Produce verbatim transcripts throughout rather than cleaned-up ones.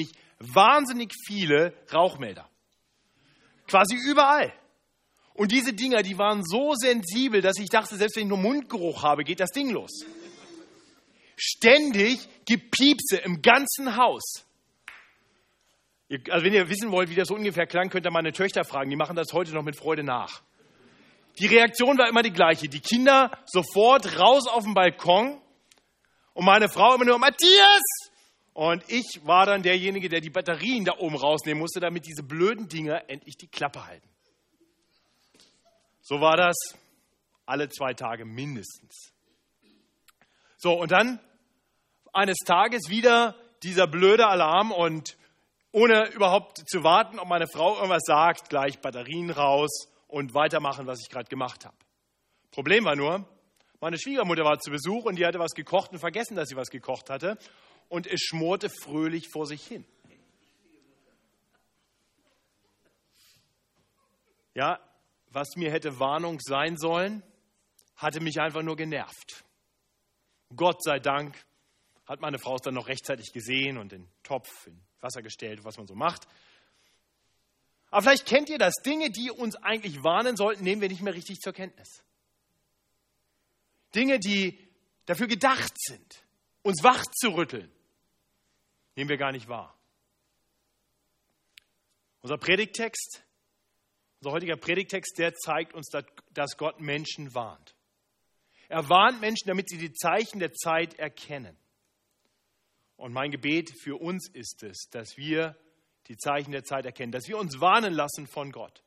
wahnsinnig viele Rauchmelder. Quasi überall. Und diese Dinger, die waren so sensibel, dass ich dachte, selbst wenn ich nur Mundgeruch habe, geht das Ding los. Ständig Gepiepse im ganzen Haus. Also wenn ihr wissen wollt, wie das so ungefähr klang, könnt ihr meine Töchter fragen. Die machen das heute noch mit Freude nach. Die Reaktion war immer die gleiche. Die Kinder sofort raus auf den Balkon und meine Frau immer nur, Matthias! Und ich war dann derjenige, der die Batterien da oben rausnehmen musste, damit diese blöden Dinger endlich die Klappe halten. So war das alle zwei Tage mindestens. So, und dann eines Tages wieder dieser blöde Alarm und ohne überhaupt zu warten, ob meine Frau irgendwas sagt, gleich Batterien raus und weitermachen, was ich gerade gemacht habe. Problem war nur, meine Schwiegermutter war zu Besuch und die hatte was gekocht und vergessen, dass sie was gekocht hatte. Und es schmorte fröhlich vor sich hin. Ja, was mir hätte Warnung sein sollen, hatte mich einfach nur genervt. Gott sei Dank hat meine Frau es dann noch rechtzeitig gesehen und den Topf in Wasser gestellt, was man so macht. Aber vielleicht kennt ihr das. Dinge, die uns eigentlich warnen sollten, nehmen wir nicht mehr richtig zur Kenntnis. Dinge, die dafür gedacht sind, uns wach zu rütteln, nehmen wir gar nicht wahr. Unser Predigttext, unser heutiger Predigttext, der zeigt uns, dass Gott Menschen warnt. Er warnt Menschen, damit sie die Zeichen der Zeit erkennen. Und mein Gebet für uns ist es, dass wir die Zeichen der Zeit erkennen, dass wir uns warnen lassen von Gott.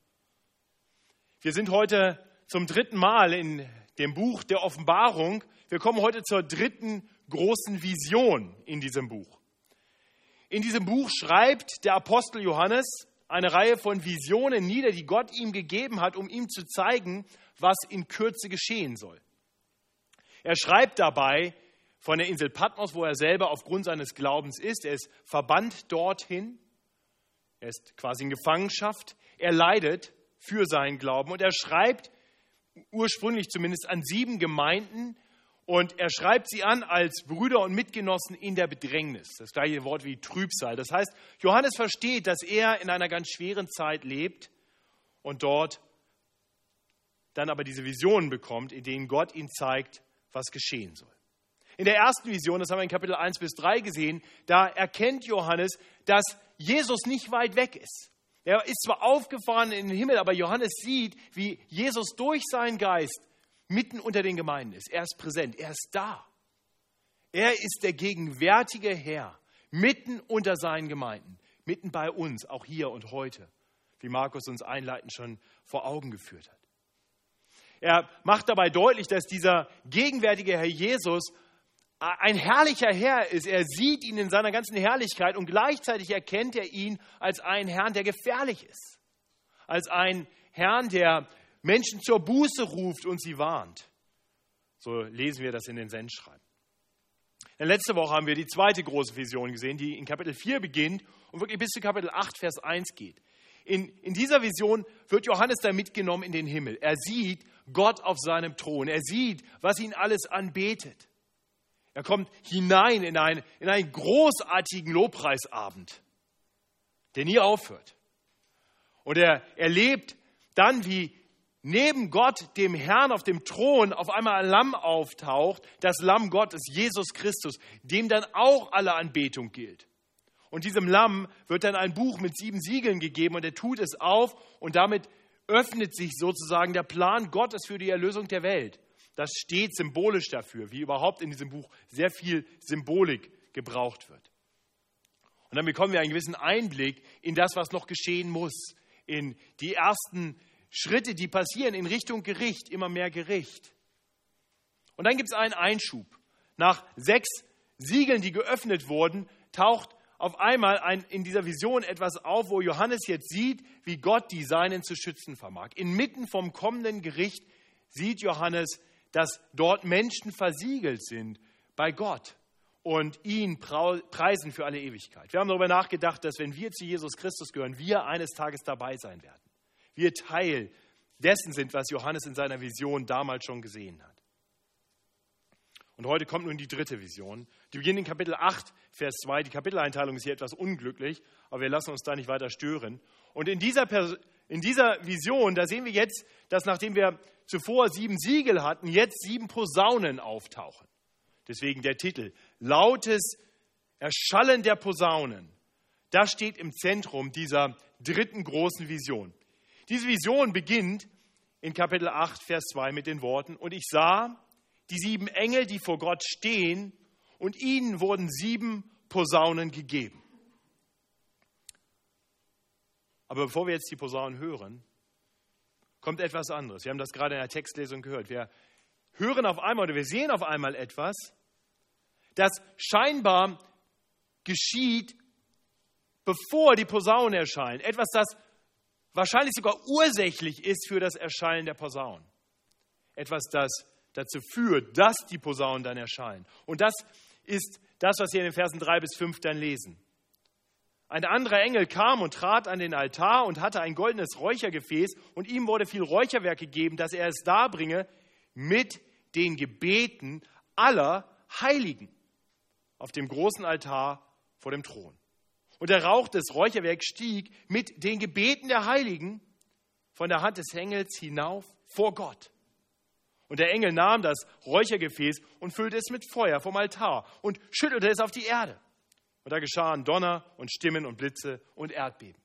Wir sind heute zum dritten Mal in dem Buch der Offenbarung. Wir kommen heute zur dritten großen Vision in diesem Buch. In diesem Buch schreibt der Apostel Johannes eine Reihe von Visionen nieder, die Gott ihm gegeben hat, um ihm zu zeigen, was in Kürze geschehen soll. Er schreibt dabei von der Insel Patmos, wo er selber aufgrund seines Glaubens ist. Er ist verbannt dorthin. Er ist quasi in Gefangenschaft. Er leidet für seinen Glauben und er schreibt ursprünglich zumindest an sieben Gemeinden und er schreibt sie an als Brüder und Mitgenossen in der Bedrängnis. Das gleiche Wort wie Trübsal. Das heißt, Johannes versteht, dass er in einer ganz schweren Zeit lebt und dort dann aber diese Visionen bekommt, in denen Gott ihm zeigt, was geschehen soll. In der ersten Vision, das haben wir in Kapitel eins bis drei gesehen, da erkennt Johannes, dass Jesus nicht weit weg ist. Er ist zwar aufgefahren in den Himmel, aber Johannes sieht, wie Jesus durch seinen Geist mitten unter den Gemeinden ist. Er ist präsent, er ist da. Er ist der gegenwärtige Herr, mitten unter seinen Gemeinden, mitten bei uns, auch hier und heute, wie Markus uns einleitend schon vor Augen geführt hat. Er macht dabei deutlich, dass dieser gegenwärtige Herr Jesus ein herrlicher Herr ist. Er sieht ihn in seiner ganzen Herrlichkeit und gleichzeitig erkennt er ihn als einen Herrn, der gefährlich ist. Als einen Herrn, der Menschen zur Buße ruft und sie warnt. So lesen wir das in den Sendschreiben. Letzte Woche haben wir die zweite große Vision gesehen, die in Kapitel vier beginnt und wirklich bis zu Kapitel acht, Vers eins geht. In, in dieser Vision wird Johannes da mitgenommen in den Himmel. Er sieht Gott auf seinem Thron. Er sieht, was ihn alles anbetet. Er kommt hinein in, ein, in einen großartigen Lobpreisabend, der nie aufhört. Und er erlebt dann, wie neben Gott, dem Herrn auf dem Thron, auf einmal ein Lamm auftaucht, das Lamm Gottes, Jesus Christus, dem dann auch alle Anbetung gilt. Und diesem Lamm wird dann ein Buch mit sieben Siegeln gegeben und er tut es auf und damit öffnet sich sozusagen der Plan Gottes für die Erlösung der Welt. Das steht symbolisch dafür, wie überhaupt in diesem Buch sehr viel Symbolik gebraucht wird. Und dann bekommen wir einen gewissen Einblick in das, was noch geschehen muss, in die ersten Schritte, die passieren in Richtung Gericht, immer mehr Gericht. Und dann gibt es einen Einschub. Nach sechs Siegeln, die geöffnet wurden, taucht auf einmal ein, in dieser Vision etwas auf, wo Johannes jetzt sieht, wie Gott die Seinen zu schützen vermag. Inmitten vom kommenden Gericht sieht Johannes, dass dort Menschen versiegelt sind bei Gott und ihn preisen für alle Ewigkeit. Wir haben darüber nachgedacht, dass wenn wir zu Jesus Christus gehören, wir eines Tages dabei sein werden. Wir Teil dessen sind, was Johannes in seiner Vision damals schon gesehen hat. Und heute kommt nun die dritte Vision. Die beginnt in Kapitel acht, Vers zwei. Die Kapiteleinteilung ist hier etwas unglücklich, aber wir lassen uns da nicht weiter stören. Und in dieser, Pers- in dieser Vision, da sehen wir jetzt, dass nachdem wir zuvor sieben Siegel hatten, jetzt sieben Posaunen auftauchen. Deswegen der Titel, lautes Erschallen der Posaunen. Das steht im Zentrum dieser dritten großen Vision. Diese Vision beginnt in Kapitel acht, Vers zwei mit den Worten, und ich sah die sieben Engel, die vor Gott stehen, und ihnen wurden sieben Posaunen gegeben. Aber bevor wir jetzt die Posaunen hören, kommt etwas anderes. Wir haben das gerade in der Textlesung gehört. Wir hören auf einmal oder wir sehen auf einmal etwas, das scheinbar geschieht, bevor die Posaunen erscheinen. Etwas, das wahrscheinlich sogar ursächlich ist für das Erschallen der Posaunen. Etwas, das dazu führt, dass die Posaunen dann erscheinen. Und das ist das, was wir in den Versen drei bis fünf dann lesen. Ein anderer Engel kam und trat an den Altar und hatte ein goldenes Räuchergefäß und ihm wurde viel Räucherwerk gegeben, dass er es darbringe mit den Gebeten aller Heiligen auf dem großen Altar vor dem Thron. Und der Rauch des Räucherwerks stieg mit den Gebeten der Heiligen von der Hand des Engels hinauf vor Gott. Und der Engel nahm das Räuchergefäß und füllte es mit Feuer vom Altar und schüttelte es auf die Erde. Und da geschahen Donner und Stimmen und Blitze und Erdbeben.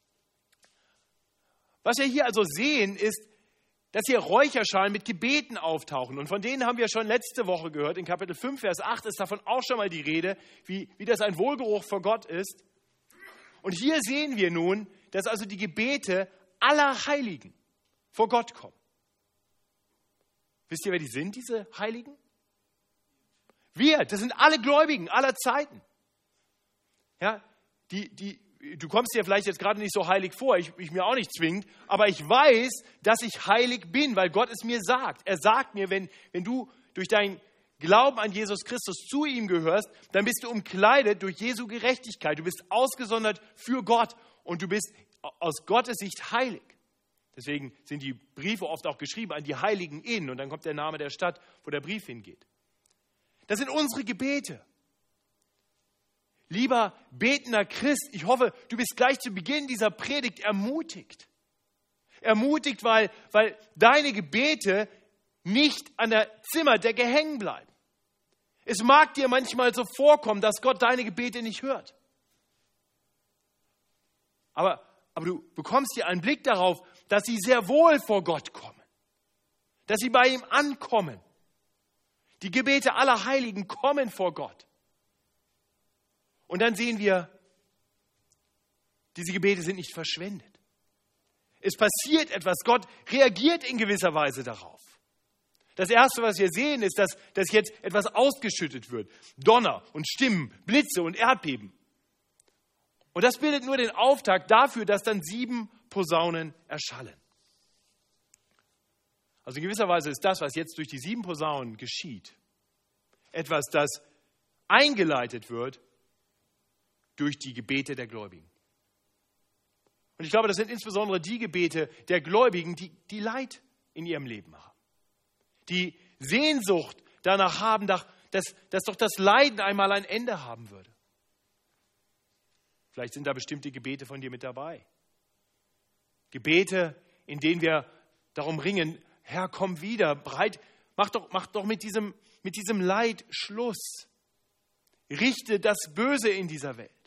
Was wir hier also sehen, ist, dass hier Räucherschalen mit Gebeten auftauchen. Und von denen haben wir schon letzte Woche gehört. In Kapitel fünf, Vers acht ist davon auch schon mal die Rede, wie, wie das ein Wohlgeruch vor Gott ist. Und hier sehen wir nun, dass also die Gebete aller Heiligen vor Gott kommen. Wisst ihr, wer die sind, diese Heiligen? Wir, das sind alle Gläubigen aller Zeiten. Ja, die, die, du kommst dir vielleicht jetzt gerade nicht so heilig vor, ich, ich mir auch nicht zwingend, aber ich weiß, dass ich heilig bin, weil Gott es mir sagt. Er sagt mir, wenn, wenn du durch deinen Glauben an Jesus Christus zu ihm gehörst, dann bist du umkleidet durch Jesu Gerechtigkeit. Du bist ausgesondert für Gott und du bist aus Gottes Sicht heilig. Deswegen sind die Briefe oft auch geschrieben an die Heiligen in und dann kommt der Name der Stadt, wo der Brief hingeht. Das sind unsere Gebete. Lieber betender Christ, ich hoffe, du bist gleich zu Beginn dieser Predigt ermutigt. Ermutigt, weil, weil deine Gebete nicht an der Zimmerdecke hängen bleiben. Es mag dir manchmal so vorkommen, dass Gott deine Gebete nicht hört. Aber, aber du bekommst hier einen Blick darauf, dass sie sehr wohl vor Gott kommen. Dass sie bei ihm ankommen. Die Gebete aller Heiligen kommen vor Gott. Und dann sehen wir, diese Gebete sind nicht verschwendet. Es passiert etwas. Gott reagiert in gewisser Weise darauf. Das Erste, was wir sehen, ist, dass, dass jetzt etwas ausgeschüttet wird. Donner und Stimmen, Blitze und Erdbeben. Und das bildet nur den Auftakt dafür, dass dann sieben Posaunen erschallen. Also in gewisser Weise ist das, was jetzt durch die sieben Posaunen geschieht, etwas, das eingeleitet wird durch die Gebete der Gläubigen. Und ich glaube, das sind insbesondere die Gebete der Gläubigen, die, die Leid in ihrem Leben haben. Die Sehnsucht danach haben, dass, dass doch das Leiden einmal ein Ende haben würde. Vielleicht sind da bestimmte Gebete von dir mit dabei. Gebete, in denen wir darum ringen, Herr, komm wieder, breit, mach doch, mach doch mit diesem, mit diesem Leid Schluss. Richte das Böse in dieser Welt.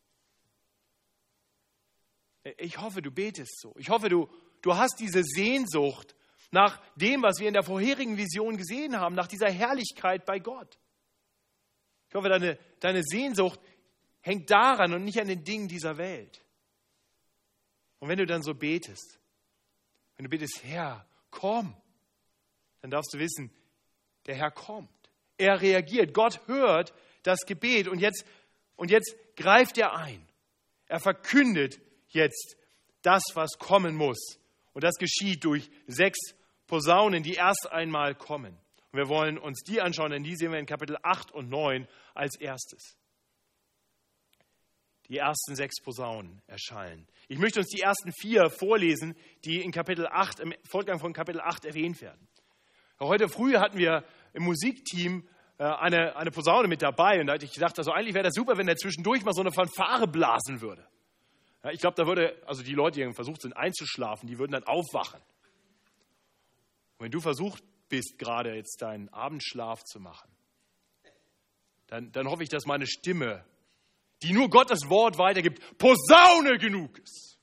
Ich hoffe, du betest so. Ich hoffe, du, du hast diese Sehnsucht nach dem, was wir in der vorherigen Vision gesehen haben, nach dieser Herrlichkeit bei Gott. Ich hoffe, deine, deine Sehnsucht hängt daran und nicht an den Dingen dieser Welt. Und wenn du dann so betest, wenn du betest, Herr, komm, dann darfst du wissen, der Herr kommt. Er reagiert. Gott hört das Gebet und jetzt, und jetzt greift er ein. Er verkündet jetzt das, was kommen muss. Und das geschieht durch sechs Posaunen, die erst einmal kommen. Und wir wollen uns die anschauen, denn die sehen wir in Kapitel acht und neun als erstes. Die ersten sechs Posaunen erschallen. Ich möchte uns die ersten vier vorlesen, die in Kapitel acht, im Fortgang von Kapitel acht erwähnt werden. Heute früh hatten wir im Musikteam eine, eine Posaune mit dabei. Und da hatte ich gedacht, also eigentlich wäre das super, wenn er zwischendurch mal so eine Fanfare blasen würde. Ja, ich glaube, da würde, also die Leute, die versucht sind einzuschlafen, die würden dann aufwachen. Und wenn du versucht bist, gerade jetzt deinen Abendschlaf zu machen, dann, dann hoffe ich, dass meine Stimme, die nur Gottes Wort weitergibt, Posaune genug ist.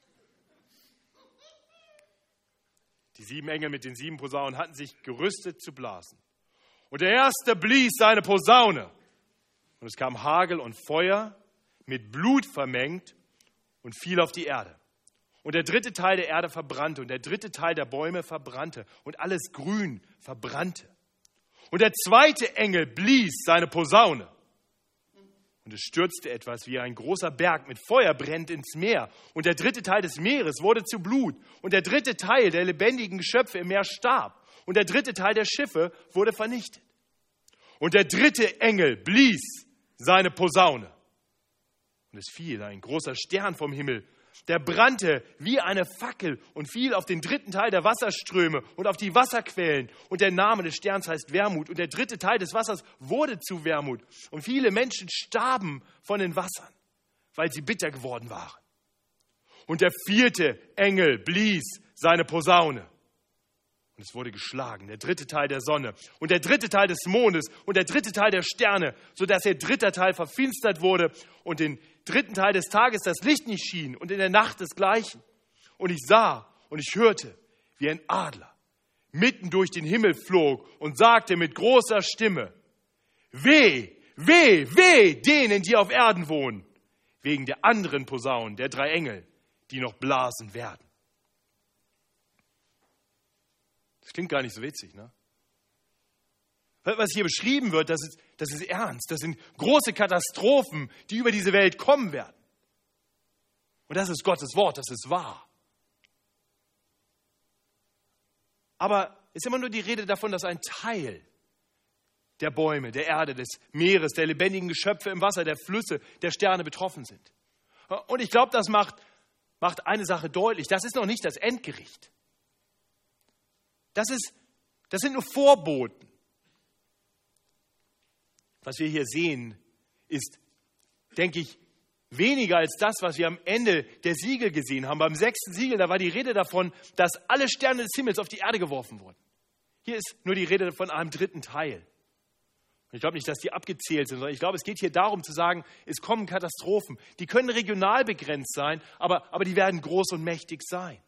Die sieben Engel mit den sieben Posaunen hatten sich gerüstet zu blasen. Und der erste blies seine Posaune. Und es kam Hagel und Feuer, mit Blut vermengt, und fiel auf die Erde. Und der dritte Teil der Erde verbrannte, und der dritte Teil der Bäume verbrannte, und alles Grün verbrannte. Und der zweite Engel blies seine Posaune. Und es stürzte etwas wie ein großer Berg mit Feuer brennt ins Meer. Und der dritte Teil des Meeres wurde zu Blut. Und der dritte Teil der lebendigen Geschöpfe im Meer starb. Und der dritte Teil der Schiffe wurde vernichtet. Und der dritte Engel blies seine Posaune. Und es fiel ein großer Stern vom Himmel. Der brannte wie eine Fackel und fiel auf den dritten Teil der Wasserströme und auf die Wasserquellen. Und der Name des Sterns heißt Wermut. Und der dritte Teil des Wassers wurde zu Wermut. Und viele Menschen starben von den Wassern, weil sie bitter geworden waren. Und der vierte Engel blies seine Posaune. Und es wurde geschlagen, der dritte Teil der Sonne und der dritte Teil des Mondes und der dritte Teil der Sterne, sodass der dritte Teil verfinstert wurde und den dritten Teil des Tages das Licht nicht schien und in der Nacht desgleichen. Und ich sah und ich hörte, wie ein Adler mitten durch den Himmel flog und sagte mit großer Stimme, weh, weh, weh denen, die auf Erden wohnen, wegen der anderen Posaunen, der drei Engel, die noch blasen werden. Das klingt gar nicht so witzig, ne? Was hier beschrieben wird, das ist, das ist ernst. Das sind große Katastrophen, die über diese Welt kommen werden. Und das ist Gottes Wort, das ist wahr. Aber es ist immer nur die Rede davon, dass ein Teil der Bäume, der Erde, des Meeres, der lebendigen Geschöpfe im Wasser, der Flüsse, der Sterne betroffen sind. Und ich glaube, das macht, macht eine Sache deutlich. Das ist noch nicht das Endgericht. Das, ist, das sind nur Vorboten. Was wir hier sehen, ist, denke ich, weniger als das, was wir am Ende der Siegel gesehen haben. Beim sechsten Siegel, da war die Rede davon, dass alle Sterne des Himmels auf die Erde geworfen wurden. Hier ist nur die Rede von einem dritten Teil. Ich glaube nicht, dass die abgezählt sind, sondern ich glaube, es geht hier darum zu sagen, es kommen Katastrophen. Die können regional begrenzt sein, aber, aber die werden groß und mächtig sein.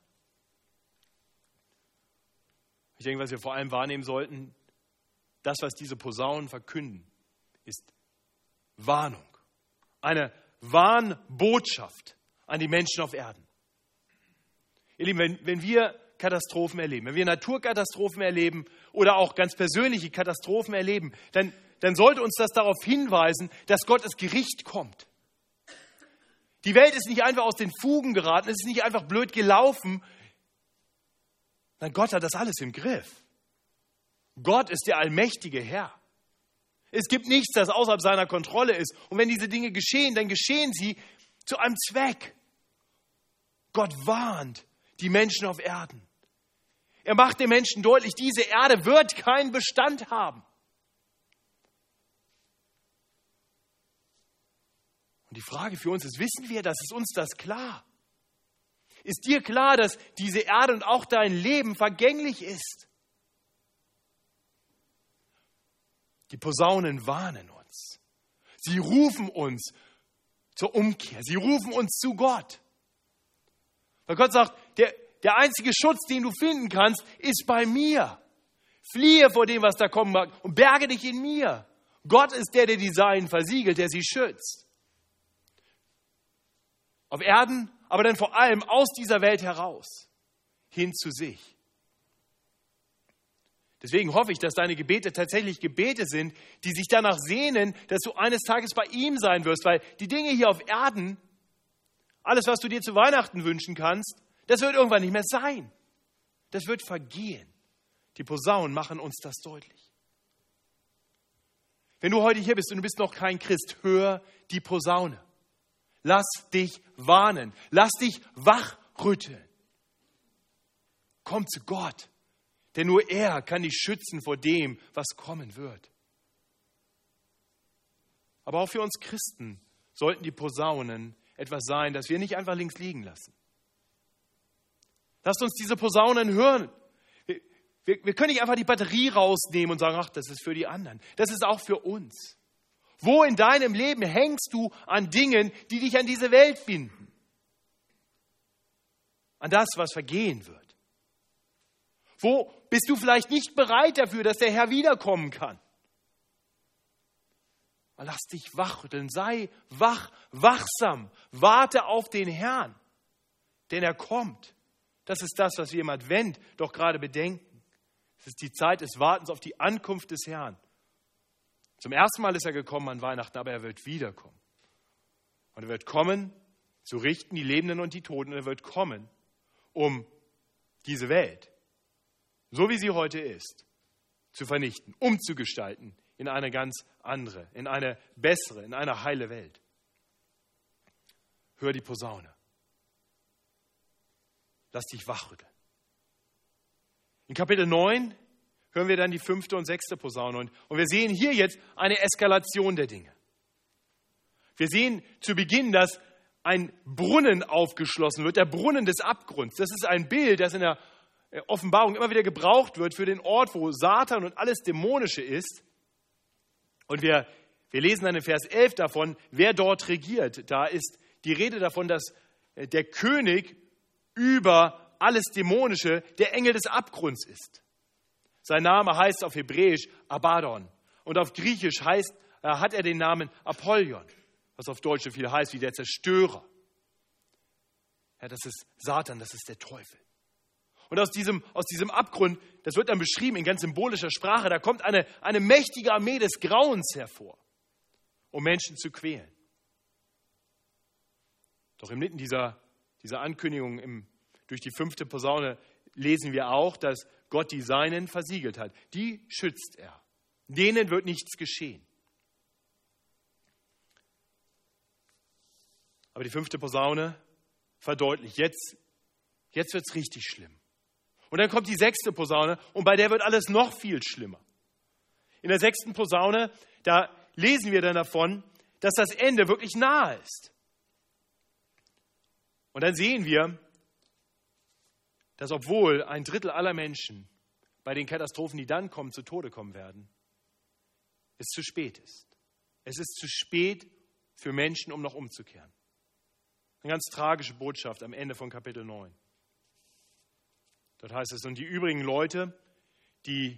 Ich denke, was wir vor allem wahrnehmen sollten, das, was diese Posaunen verkünden, ist Warnung. Eine Warnbotschaft an die Menschen auf Erden. Ihr Lieben, wenn, wenn wir Katastrophen erleben, wenn wir Naturkatastrophen erleben oder auch ganz persönliche Katastrophen erleben, dann, dann sollte uns das darauf hinweisen, dass Gottes Gericht kommt. Die Welt ist nicht einfach aus den Fugen geraten, es ist nicht einfach blöd gelaufen. Nein, Gott hat das alles im Griff. Gott ist der allmächtige Herr. Es gibt nichts, das außerhalb seiner Kontrolle ist. Und wenn diese Dinge geschehen, dann geschehen sie zu einem Zweck. Gott warnt die Menschen auf Erden. Er macht den Menschen deutlich, diese Erde wird keinen Bestand haben. Und die Frage für uns ist, wissen wir das? Ist uns das klar? Ist dir klar, dass diese Erde und auch dein Leben vergänglich ist? Die Posaunen warnen uns. Sie rufen uns zur Umkehr. Sie rufen uns zu Gott. Weil Gott sagt, der, der einzige Schutz, den du finden kannst, ist bei mir. Fliehe vor dem, was da kommen mag und berge dich in mir. Gott ist der, der die Seinen versiegelt, der sie schützt. Auf Erden, aber dann vor allem aus dieser Welt heraus, hin zu sich. Deswegen hoffe ich, dass deine Gebete tatsächlich Gebete sind, die sich danach sehnen, dass du eines Tages bei ihm sein wirst. Weil die Dinge hier auf Erden, alles, was du dir zu Weihnachten wünschen kannst, das wird irgendwann nicht mehr sein. Das wird vergehen. Die Posaunen machen uns das deutlich. Wenn du heute hier bist und du bist noch kein Christ, hör die Posaune. Lass dich warnen. Lass dich wachrütteln. Komm zu Gott. Denn nur er kann dich schützen vor dem, was kommen wird. Aber auch für uns Christen sollten die Posaunen etwas sein, das wir nicht einfach links liegen lassen. Lasst uns diese Posaunen hören. Wir, wir, wir können nicht einfach die Batterie rausnehmen und sagen, ach, das ist für die anderen. Das ist auch für uns. Wo in deinem Leben hängst du an Dingen, die dich an diese Welt binden? An das, was vergehen wird. Wo bist du vielleicht nicht bereit dafür, dass der Herr wiederkommen kann? Lass dich wachrütteln, sei wach, wachsam, warte auf den Herrn, denn er kommt. Das ist das, was wir im Advent doch gerade bedenken. Es ist die Zeit des Wartens auf die Ankunft des Herrn. Zum ersten Mal ist er gekommen an Weihnachten, aber er wird wiederkommen. Und er wird kommen, zu richten die Lebenden und die Toten. Und er wird kommen, um diese Welt, so wie sie heute ist, zu vernichten, umzugestalten in eine ganz andere, in eine bessere, in eine heile Welt. Hör die Posaune. Lass dich wachrütteln. In Kapitel neun hören wir dann die fünfte und sechste Posaune. Und, und wir sehen hier jetzt eine Eskalation der Dinge. Wir sehen zu Beginn, dass ein Brunnen aufgeschlossen wird, der Brunnen des Abgrunds. Das ist ein Bild, das in der Offenbarung immer wieder gebraucht wird für den Ort, wo Satan und alles Dämonische ist. Und wir, wir lesen dann in Vers elf davon, wer dort regiert. Da ist die Rede davon, dass der König über alles Dämonische der Engel des Abgrunds ist. Sein Name heißt auf Hebräisch Abaddon und auf Griechisch heißt, äh, hat er den Namen Apollyon, was auf Deutsch so viel heißt wie der Zerstörer. Ja, das ist Satan, das ist der Teufel. Und aus diesem, aus diesem Abgrund, das wird dann beschrieben in ganz symbolischer Sprache, da kommt eine, eine mächtige Armee des Grauens hervor, um Menschen zu quälen. Doch inmitten dieser, dieser Ankündigung im, durch die fünfte Posaune lesen wir auch, dass Gott die Seinen versiegelt hat. Die schützt er. Denen wird nichts geschehen. Aber die fünfte Posaune verdeutlicht, jetzt, jetzt wird es richtig schlimm. Und dann kommt die sechste Posaune und bei der wird alles noch viel schlimmer. In der sechsten Posaune, da lesen wir dann davon, dass das Ende wirklich nahe ist. Und dann sehen wir, dass obwohl ein Drittel aller Menschen bei den Katastrophen, die dann kommen, zu Tode kommen werden, es zu spät ist. Es ist zu spät für Menschen, um noch umzukehren. Eine ganz tragische Botschaft am Ende von Kapitel neun. Dort heißt es, und die übrigen Leute, die,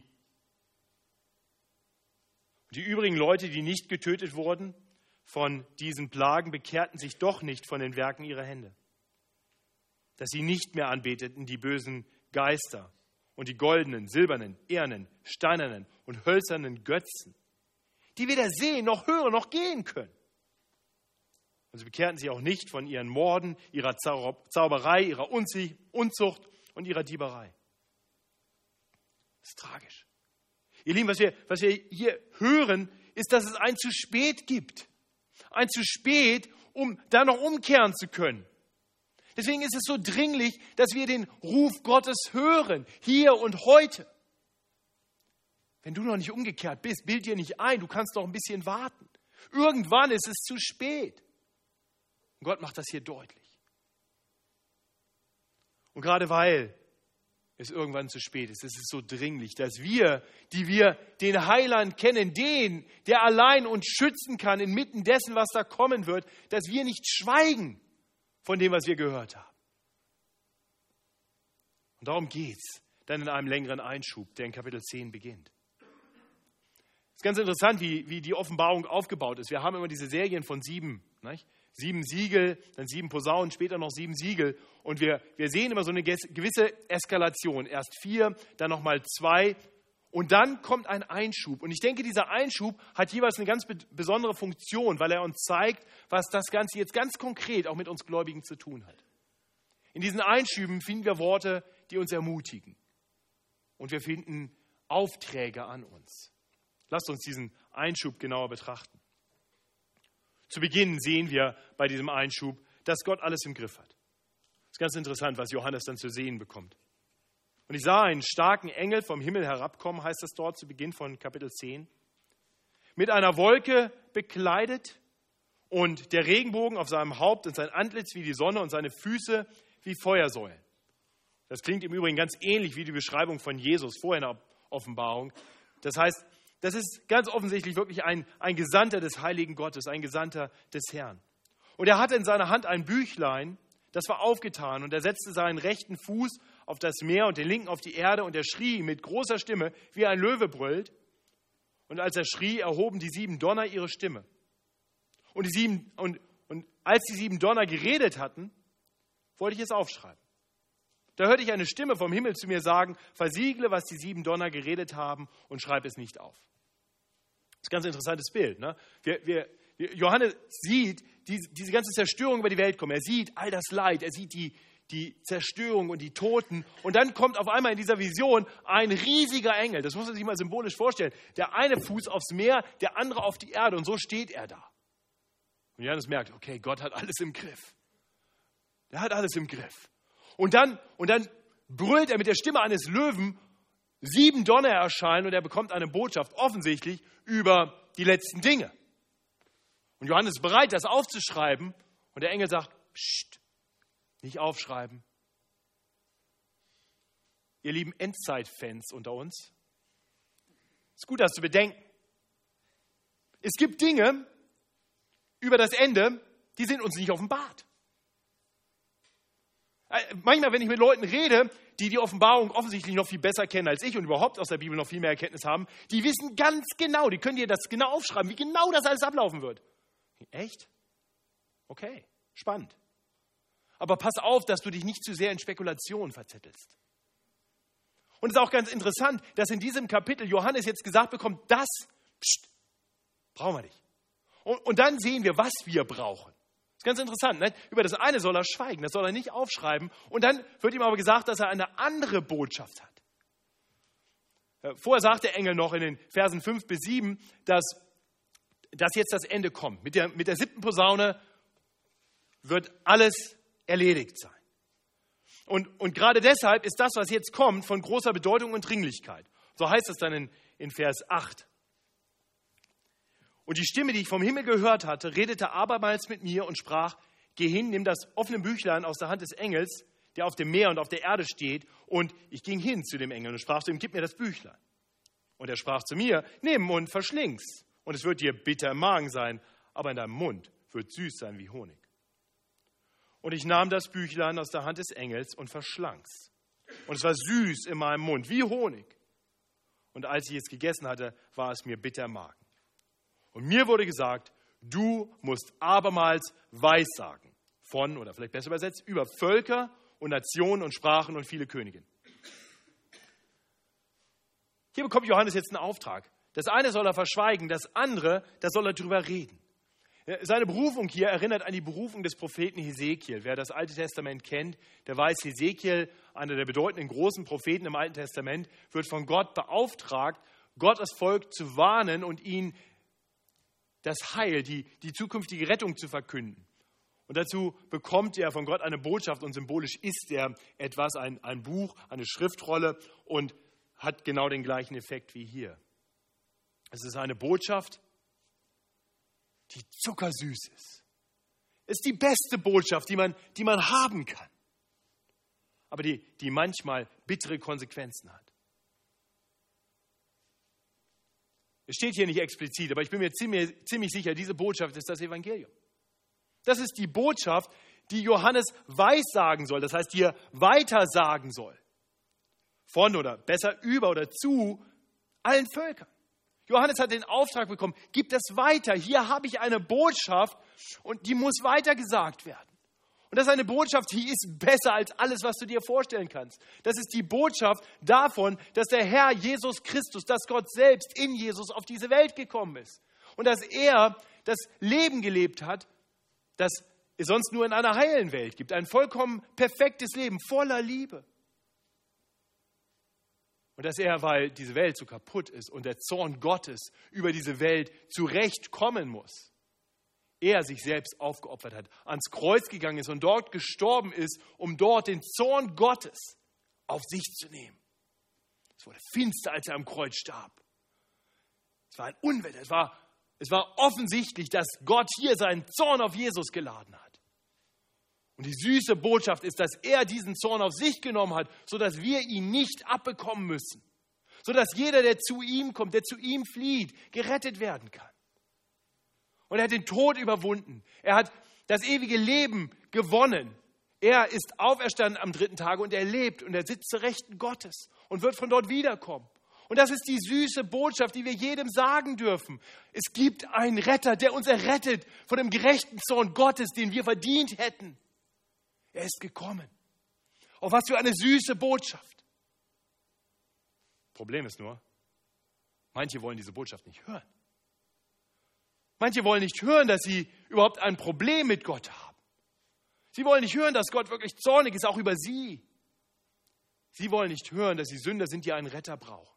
die übrigen Leute, die nicht getötet wurden von diesen Plagen, bekehrten sich doch nicht von den Werken ihrer Hände. Dass sie nicht mehr anbeteten die bösen Geister und die goldenen, silbernen, ehernen, steinernen und hölzernen Götzen, die weder sehen, noch hören, noch gehen können. Und sie bekehrten sich auch nicht von ihren Morden, ihrer Zauberei, ihrer Unzucht und ihrer Dieberei. Das ist tragisch. Ihr Lieben, was wir, was wir hier hören, ist, dass es ein zu spät gibt. Ein zu spät, um da noch umkehren zu können. Deswegen ist es so dringlich, dass wir den Ruf Gottes hören, hier und heute. Wenn du noch nicht umgekehrt bist, bild dir nicht ein, du kannst noch ein bisschen warten. Irgendwann ist es zu spät. Und Gott macht das hier deutlich. Und gerade weil es irgendwann zu spät ist, ist es so dringlich, dass wir, die wir den Heiland kennen, den, der allein uns schützen kann inmitten dessen, was da kommen wird, dass wir nicht schweigen von dem, was wir gehört haben. Und darum geht es dann in einem längeren Einschub, der in Kapitel zehn beginnt. Es ist ganz interessant, wie, wie die Offenbarung aufgebaut ist. Wir haben immer diese Serien von sieben, nicht? Sieben Siegel, dann sieben Posaunen, später noch sieben Siegel. Und wir, wir sehen immer so eine gewisse Eskalation. Erst vier, dann nochmal zwei. Und dann kommt ein Einschub. Und ich denke, dieser Einschub hat jeweils eine ganz besondere Funktion, weil er uns zeigt, was das Ganze jetzt ganz konkret auch mit uns Gläubigen zu tun hat. In diesen Einschüben finden wir Worte, die uns ermutigen. Und wir finden Aufträge an uns. Lasst uns diesen Einschub genauer betrachten. Zu Beginn sehen wir bei diesem Einschub, dass Gott alles im Griff hat. Das ist ganz interessant, was Johannes dann zu sehen bekommt. Und ich sah einen starken Engel vom Himmel herabkommen, heißt es dort zu Beginn von Kapitel zehn. mit einer Wolke bekleidet und der Regenbogen auf seinem Haupt und sein Antlitz wie die Sonne und seine Füße wie Feuersäulen. Das klingt im Übrigen ganz ähnlich wie die Beschreibung von Jesus vorher in der Offenbarung. Das heißt, das ist ganz offensichtlich wirklich ein, ein Gesandter des heiligen Gottes, ein Gesandter des Herrn. Und er hatte in seiner Hand ein Büchlein, das war aufgetan, und er setzte seinen rechten Fuß auf das Meer und den linken auf die Erde, und er schrie mit großer Stimme, wie ein Löwe brüllt. Und als er schrie, erhoben die sieben Donner ihre Stimme. Und, die sieben, und, und als die sieben Donner geredet hatten, wollte ich es aufschreiben. Da hörte ich eine Stimme vom Himmel zu mir sagen, versiegle, was die sieben Donner geredet haben, und schreib es nicht auf. Das ist ein ganz interessantes Bild. Ne? Wir, wir, Johannes sieht diese, diese ganze Zerstörung über die Welt kommen. Er sieht all das Leid, er sieht die, die Zerstörung und die Toten. Und dann kommt auf einmal in dieser Vision ein riesiger Engel. Das muss man sich mal symbolisch vorstellen. Der eine Fuß aufs Meer, der andere auf die Erde. Und so steht er da. Und Johannes merkt, okay, Gott hat alles im Griff. Der hat alles im Griff. Und dann, und dann brüllt er mit der Stimme eines Löwen, sieben Donner erscheinen, und er bekommt eine Botschaft, offensichtlich über die letzten Dinge. Und Johannes ist bereit, das aufzuschreiben. Und der Engel sagt, pst, nicht aufschreiben. Ihr lieben Endzeit-Fans unter uns, ist gut, das zu bedenken. Es gibt Dinge über das Ende, die sind uns nicht offenbart. Manchmal, wenn ich mit Leuten rede, die die Offenbarung offensichtlich noch viel besser kennen als ich und überhaupt aus der Bibel noch viel mehr Erkenntnis haben, die wissen ganz genau, die können dir das genau aufschreiben, wie genau das alles ablaufen wird. Echt? Okay, spannend. Aber pass auf, dass du dich nicht zu sehr in Spekulationen verzettelst. Und es ist auch ganz interessant, dass in diesem Kapitel Johannes jetzt gesagt bekommt, das pst, brauchen wir nicht. Und, und dann sehen wir, was wir brauchen. Das ist ganz interessant. Ne? Über das eine soll er schweigen, das soll er nicht aufschreiben. Und dann wird ihm aber gesagt, dass er eine andere Botschaft hat. Vorher sagt der Engel noch in den Versen fünf bis sieben, dass, dass jetzt das Ende kommt. Mit der, mit der siebten Posaune wird alles erledigt sein. Und, und gerade deshalb ist das, was jetzt kommt, von großer Bedeutung und Dringlichkeit. So heißt es dann in, in Vers acht. Und die Stimme, die ich vom Himmel gehört hatte, redete abermals mit mir und sprach, geh hin, nimm das offene Büchlein aus der Hand des Engels, der auf dem Meer und auf der Erde steht. Und ich ging hin zu dem Engel und sprach zu ihm, gib mir das Büchlein. Und er sprach zu mir, nimm und verschling's. Und es wird dir bitter im Magen sein, aber in deinem Mund wird süß sein wie Honig. Und ich nahm das Büchlein aus der Hand des Engels und verschlang's. Und es war süß in meinem Mund, wie Honig. Und als ich es gegessen hatte, war es mir bitter im Magen. Und mir wurde gesagt, du musst abermals Weissagen von, oder vielleicht besser übersetzt, über Völker und Nationen und Sprachen und viele Königinnen. Hier bekommt Johannes jetzt einen Auftrag. Das eine soll er verschweigen, das andere, da soll er drüber reden. Seine Berufung hier erinnert an die Berufung des Propheten Hesekiel. Wer das Alte Testament kennt, der weiß, Hesekiel, einer der bedeutenden großen Propheten im Alten Testament, wird von Gott beauftragt, Gottes Volk zu warnen und ihn das Heil, die, die zukünftige Rettung zu verkünden. Und dazu bekommt er von Gott eine Botschaft und symbolisch ist er etwas, ein, ein Buch, eine Schriftrolle und hat genau den gleichen Effekt wie hier. Es ist eine Botschaft, die zuckersüß ist. Es ist die beste Botschaft, die man, die man haben kann, aber die, die manchmal bittere Konsequenzen hat. Es steht hier nicht explizit, aber ich bin mir ziemlich, ziemlich sicher, diese Botschaft ist das Evangelium. Das ist die Botschaft, die Johannes weissagen soll, das heißt, die er weitersagen soll. Von oder besser über oder zu allen Völkern. Johannes hat den Auftrag bekommen, gib das weiter. Hier habe ich eine Botschaft und die muss weitergesagt werden. Und das ist eine Botschaft, die ist besser als alles, was du dir vorstellen kannst. Das ist die Botschaft davon, dass der Herr Jesus Christus, dass Gott selbst in Jesus auf diese Welt gekommen ist. Und dass er das Leben gelebt hat, das es sonst nur in einer heilen Welt gibt. Ein vollkommen perfektes Leben, voller Liebe. Und dass er, weil diese Welt so kaputt ist und der Zorn Gottes über diese Welt zurechtkommen muss, er sich selbst aufgeopfert hat, ans Kreuz gegangen ist und dort gestorben ist, um dort den Zorn Gottes auf sich zu nehmen. Es wurde finster, als er am Kreuz starb. Es war ein Unwetter. Es war, es war offensichtlich, dass Gott hier seinen Zorn auf Jesus geladen hat. Und die süße Botschaft ist, dass er diesen Zorn auf sich genommen hat, sodass wir ihn nicht abbekommen müssen. Sodass jeder, der zu ihm kommt, der zu ihm flieht, gerettet werden kann. Und er hat den Tod überwunden. Er hat das ewige Leben gewonnen. Er ist auferstanden am dritten Tage und er lebt und er sitzt zur Rechten Gottes und wird von dort wiederkommen. Und das ist die süße Botschaft, die wir jedem sagen dürfen. Es gibt einen Retter, der uns errettet von dem gerechten Zorn Gottes, den wir verdient hätten. Er ist gekommen. Oh, was für eine süße Botschaft. Problem ist nur, manche wollen diese Botschaft nicht hören. Manche wollen nicht hören, dass sie überhaupt ein Problem mit Gott haben. Sie wollen nicht hören, dass Gott wirklich zornig ist, auch über sie. Sie wollen nicht hören, dass sie Sünder sind, die einen Retter brauchen.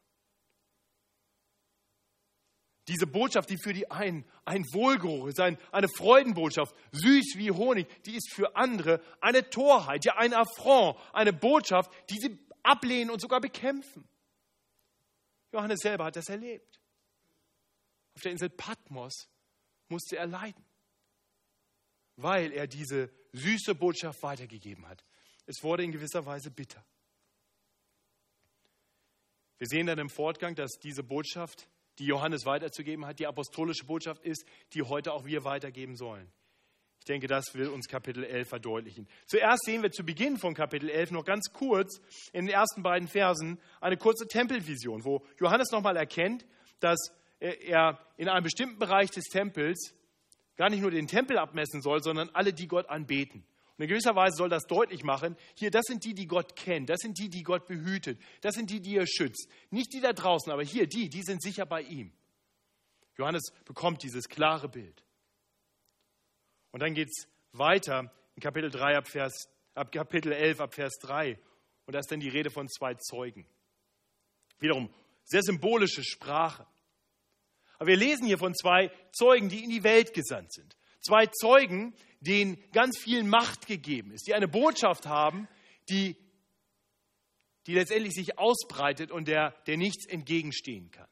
Diese Botschaft, die für die einen ein Wohlgeruch ist, eine Freudenbotschaft, süß wie Honig, die ist für andere eine Torheit, ja ein Affront, eine Botschaft, die sie ablehnen und sogar bekämpfen. Johannes selber hat das erlebt. Auf der Insel Patmos musste er leiden, weil er diese süße Botschaft weitergegeben hat. Es wurde in gewisser Weise bitter. Wir sehen dann im Fortgang, dass diese Botschaft, die Johannes weiterzugeben hat, die apostolische Botschaft ist, die heute auch wir weitergeben sollen. Ich denke, das will uns Kapitel elf verdeutlichen. Zuerst sehen wir zu Beginn von Kapitel elf noch ganz kurz in den ersten beiden Versen eine kurze Tempelvision, wo Johannes nochmal erkennt, dass er in einem bestimmten Bereich des Tempels gar nicht nur den Tempel abmessen soll, sondern alle, die Gott anbeten. Und in gewisser Weise soll das deutlich machen, hier, das sind die, die Gott kennt, das sind die, die Gott behütet, das sind die, die er schützt. Nicht die da draußen, aber hier, die, die sind sicher bei ihm. Johannes bekommt dieses klare Bild. Und dann geht es weiter in Kapitel drei ab, Vers, ab Kapitel elf ab Vers drei. Und da ist dann die Rede von zwei Zeugen. Wiederum sehr symbolische Sprache. Aber wir lesen hier von zwei Zeugen, die in die Welt gesandt sind. Zwei Zeugen, denen ganz viel Macht gegeben ist, die eine Botschaft haben, die, die letztendlich sich ausbreitet und der, der nichts entgegenstehen kann.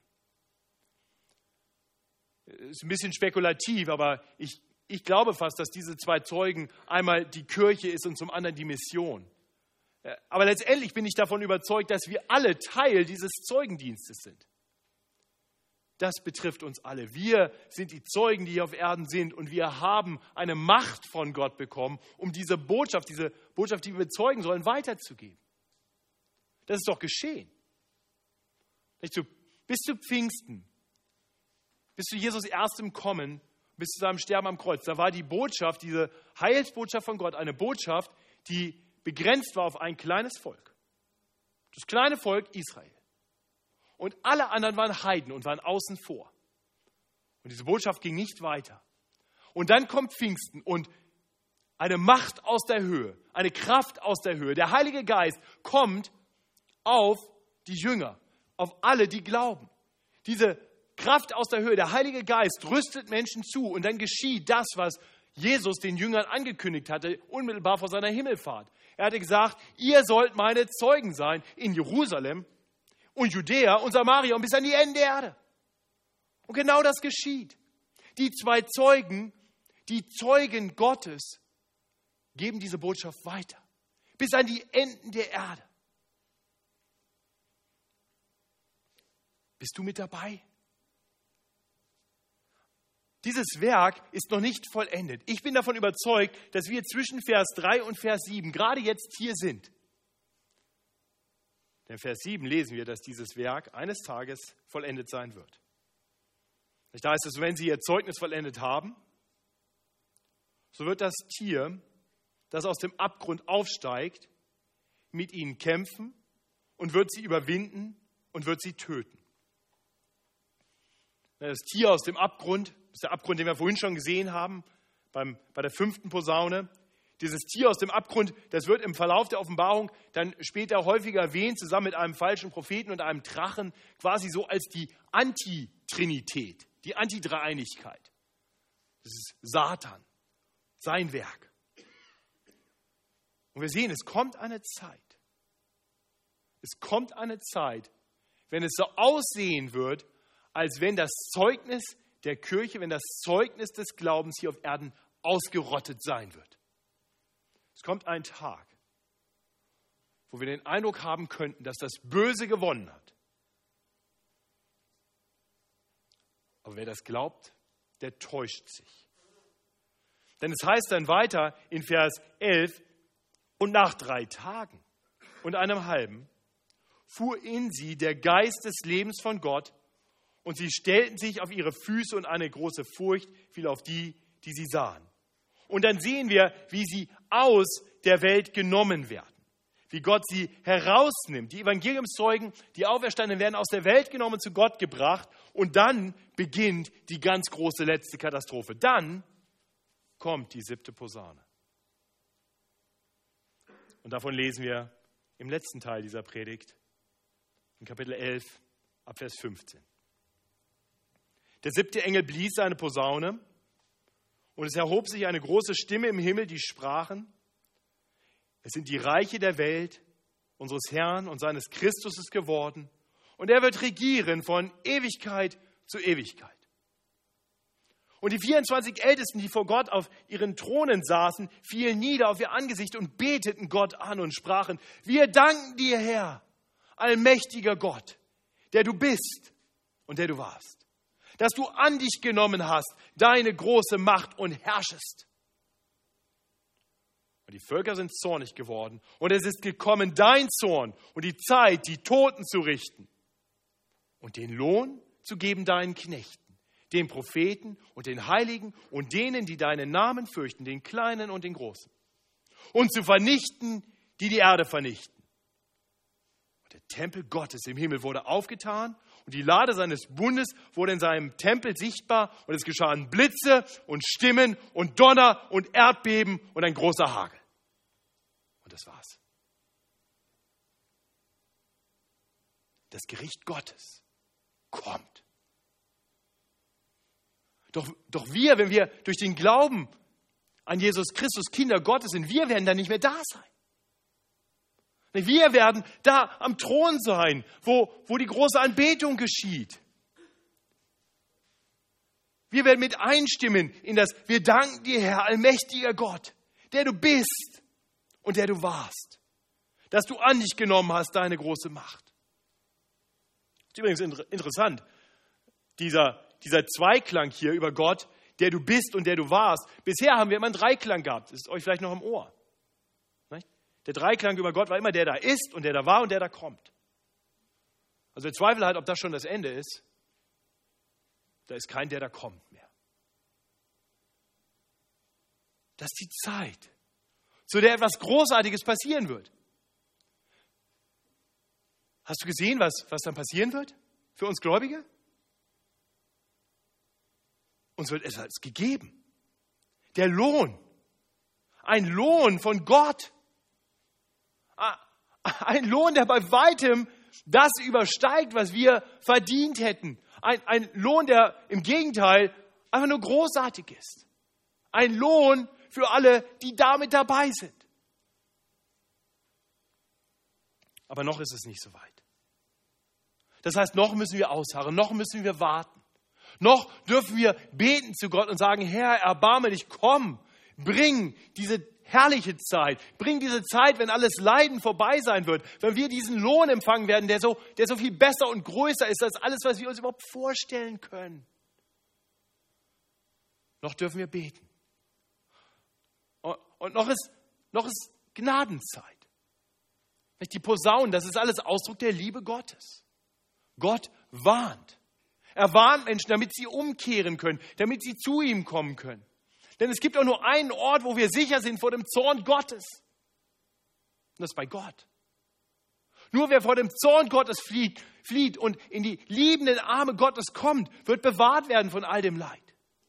Ist ein bisschen spekulativ, aber ich, ich glaube fast, dass diese zwei Zeugen einmal die Kirche ist und zum anderen die Mission. Aber letztendlich bin ich davon überzeugt, dass wir alle Teil dieses Zeugendienstes sind. Das betrifft uns alle. Wir sind die Zeugen, die hier auf Erden sind und wir haben eine Macht von Gott bekommen, um diese Botschaft, diese Botschaft, die wir bezeugen sollen, weiterzugeben. Das ist doch geschehen. Bis zu Pfingsten, bis zu Jesus erstem Kommen, bis zu seinem Sterben am Kreuz, da war die Botschaft, diese Heilsbotschaft von Gott, eine Botschaft, die begrenzt war auf ein kleines Volk. Das kleine Volk Israel. Und alle anderen waren Heiden und waren außen vor. Und diese Botschaft ging nicht weiter. Und dann kommt Pfingsten und eine Macht aus der Höhe, eine Kraft aus der Höhe. Der Heilige Geist kommt auf die Jünger, auf alle, die glauben. Diese Kraft aus der Höhe, der Heilige Geist rüstet Menschen zu und dann geschieht das, was Jesus den Jüngern angekündigt hatte, unmittelbar vor seiner Himmelfahrt. Er hatte gesagt, ihr sollt meine Zeugen sein in Jerusalem und Judäa und Samaria und bis an die Enden der Erde. Und genau das geschieht. Die zwei Zeugen, die Zeugen Gottes, geben diese Botschaft weiter. Bis an die Enden der Erde. Bist du mit dabei? Dieses Werk ist noch nicht vollendet. Ich bin davon überzeugt, dass wir zwischen Vers drei und Vers sieben gerade jetzt hier sind. In Vers sieben lesen wir, dass dieses Werk eines Tages vollendet sein wird. Da heißt es, wenn sie ihr Zeugnis vollendet haben, so wird das Tier, das aus dem Abgrund aufsteigt, mit ihnen kämpfen und wird sie überwinden und wird sie töten. Das Tier aus dem Abgrund, das ist der Abgrund, den wir vorhin schon gesehen haben, beim, bei der fünften Posaune. Dieses Tier aus dem Abgrund, das wird im Verlauf der Offenbarung dann später häufiger erwähnt, zusammen mit einem falschen Propheten und einem Drachen, quasi so als die Antitrinität, die Antidreieinigkeit. Das ist Satan, sein Werk. Und wir sehen, es kommt eine Zeit, es kommt eine Zeit, wenn es so aussehen wird, als wenn das Zeugnis der Kirche, wenn das Zeugnis des Glaubens hier auf Erden ausgerottet sein wird. Es kommt ein Tag, wo wir den Eindruck haben könnten, dass das Böse gewonnen hat. Aber wer das glaubt, der täuscht sich. Denn es heißt dann weiter in Vers elf, und nach drei Tagen und einem halben fuhr in sie der Geist des Lebens von Gott, und sie stellten sich auf ihre Füße, und eine große Furcht fiel auf die, die sie sahen. Und dann sehen wir, wie sie aus der Welt genommen werden. Wie Gott sie herausnimmt. Die Evangeliumszeugen, die Auferstandenen, werden aus der Welt genommen, zu Gott gebracht. Und dann beginnt die ganz große letzte Katastrophe. Dann kommt die siebte Posaune. Und davon lesen wir im letzten Teil dieser Predigt, in Kapitel elf, ab Vers fünfzehn. Der siebte Engel blies seine Posaune, und es erhob sich eine große Stimme im Himmel, die sprachen: Es sind die Reiche der Welt unseres Herrn und seines Christus geworden, und er wird regieren von Ewigkeit zu Ewigkeit. Und die vierundzwanzig Ältesten, die vor Gott auf ihren Thronen saßen, fielen nieder auf ihr Angesicht und beteten Gott an und sprachen: Wir danken dir, Herr, allmächtiger Gott, der du bist und der du warst, dass du an dich genommen hast deine große Macht und herrschest. Und die Völker sind zornig geworden, und es ist gekommen dein Zorn und die Zeit, die Toten zu richten und den Lohn zu geben deinen Knechten, den Propheten und den Heiligen und denen, die deinen Namen fürchten, den Kleinen und den Großen, und zu vernichten, die die Erde vernichten. Und der Tempel Gottes im Himmel wurde aufgetan, und die Lade seines Bundes wurde in seinem Tempel sichtbar, und es geschahen Blitze und Stimmen und Donner und Erdbeben und ein großer Hagel. Und das war's. Das Gericht Gottes kommt. Doch, doch wir, wenn wir durch den Glauben an Jesus Christus Kinder Gottes sind, wir werden dann nicht mehr da sein. Wir werden da am Thron sein, wo, wo die große Anbetung geschieht. Wir werden mit einstimmen in das: Wir danken dir, Herr, allmächtiger Gott, der du bist und der du warst, dass du an dich genommen hast deine große Macht. Das ist übrigens inter- interessant, dieser, dieser Zweiklang hier über Gott, der du bist und der du warst. Bisher haben wir immer einen Dreiklang gehabt, das ist euch vielleicht noch im Ohr. Nicht? Der Dreiklang über Gott war immer der da ist und der da war und der da kommt. Also der Zweifel hat, ob das schon das Ende ist. Da ist kein der da kommt mehr. Das ist die Zeit, zu der etwas Großartiges passieren wird. Hast du gesehen, was, was dann passieren wird für uns Gläubige? Uns wird etwas gegeben. Der Lohn. Ein Lohn von Gott. Ein Lohn, der bei weitem das übersteigt, was wir verdient hätten. Ein, ein Lohn, der im Gegenteil einfach nur großartig ist. Ein Lohn für alle, die damit dabei sind. Aber noch ist es nicht so weit. Das heißt, noch müssen wir ausharren, noch müssen wir warten. Noch dürfen wir beten zu Gott und sagen: Herr, erbarme dich, komm, bring diese herrliche Zeit, bring diese Zeit, wenn alles Leiden vorbei sein wird, wenn wir diesen Lohn empfangen werden, der so, der so viel besser und größer ist als alles, was wir uns überhaupt vorstellen können. Noch dürfen wir beten. Und noch ist, noch ist Gnadenzeit. Die Posaunen, das ist alles Ausdruck der Liebe Gottes. Gott warnt. Er warnt Menschen, damit sie umkehren können, damit sie zu ihm kommen können. Denn es gibt auch nur einen Ort, wo wir sicher sind vor dem Zorn Gottes. Und das ist bei Gott. Nur wer vor dem Zorn Gottes flieht, flieht und in die liebenden Arme Gottes kommt, wird bewahrt werden von all dem Leid.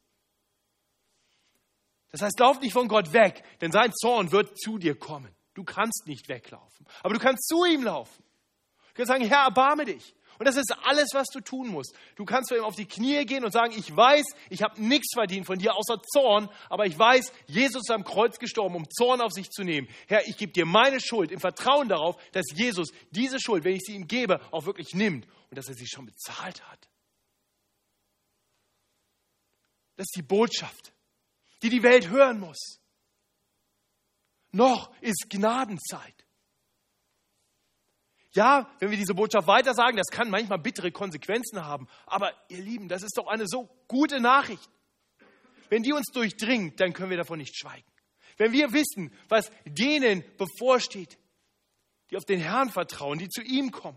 Das heißt, lauf nicht von Gott weg, denn sein Zorn wird zu dir kommen. Du kannst nicht weglaufen, aber du kannst zu ihm laufen. Du kannst sagen: Herr, erbarme dich. Und das ist alles, was du tun musst. Du kannst vor ihm auf die Knie gehen und sagen: Ich weiß, ich habe nichts verdient von dir außer Zorn, aber ich weiß, Jesus ist am Kreuz gestorben, um Zorn auf sich zu nehmen. Herr, ich gebe dir meine Schuld im Vertrauen darauf, dass Jesus diese Schuld, wenn ich sie ihm gebe, auch wirklich nimmt und dass er sie schon bezahlt hat. Das ist die Botschaft, die die Welt hören muss. Noch ist Gnadenzeit. Ja, wenn wir diese Botschaft weitersagen, das kann manchmal bittere Konsequenzen haben. Aber ihr Lieben, das ist doch eine so gute Nachricht. Wenn die uns durchdringt, dann können wir davon nicht schweigen. Wenn wir wissen, was denen bevorsteht, die auf den Herrn vertrauen, die zu ihm kommen,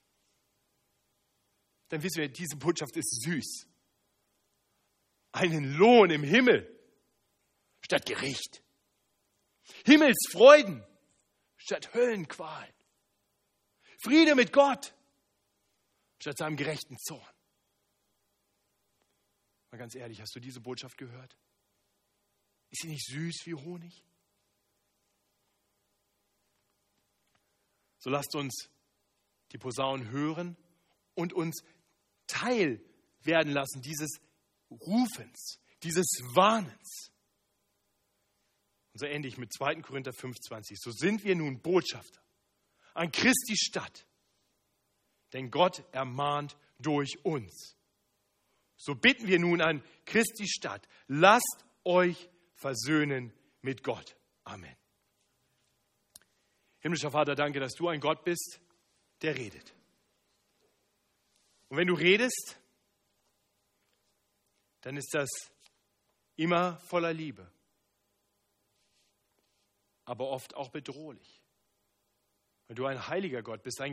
dann wissen wir, diese Botschaft ist süß. Einen Lohn im Himmel statt Gericht. Himmelsfreuden statt Höllenqual. Friede mit Gott statt seinem gerechten Zorn. Mal ganz ehrlich, hast du diese Botschaft gehört? Ist sie nicht süß wie Honig? So lasst uns die Posaunen hören und uns Teil werden lassen dieses Rufens, dieses Warnens. Und so ende ich mit zweiten Korinther fünf zwanzig. So sind wir nun Botschafter an Christi Stadt, denn Gott ermahnt durch uns. So bitten wir nun an Christi Stadt, lasst euch versöhnen mit Gott. Amen. Himmlischer Vater, danke, dass du ein Gott bist, der redet. Und wenn du redest, dann ist das immer voller Liebe, aber oft auch bedrohlich. Weil du ein heiliger Gott bist, ein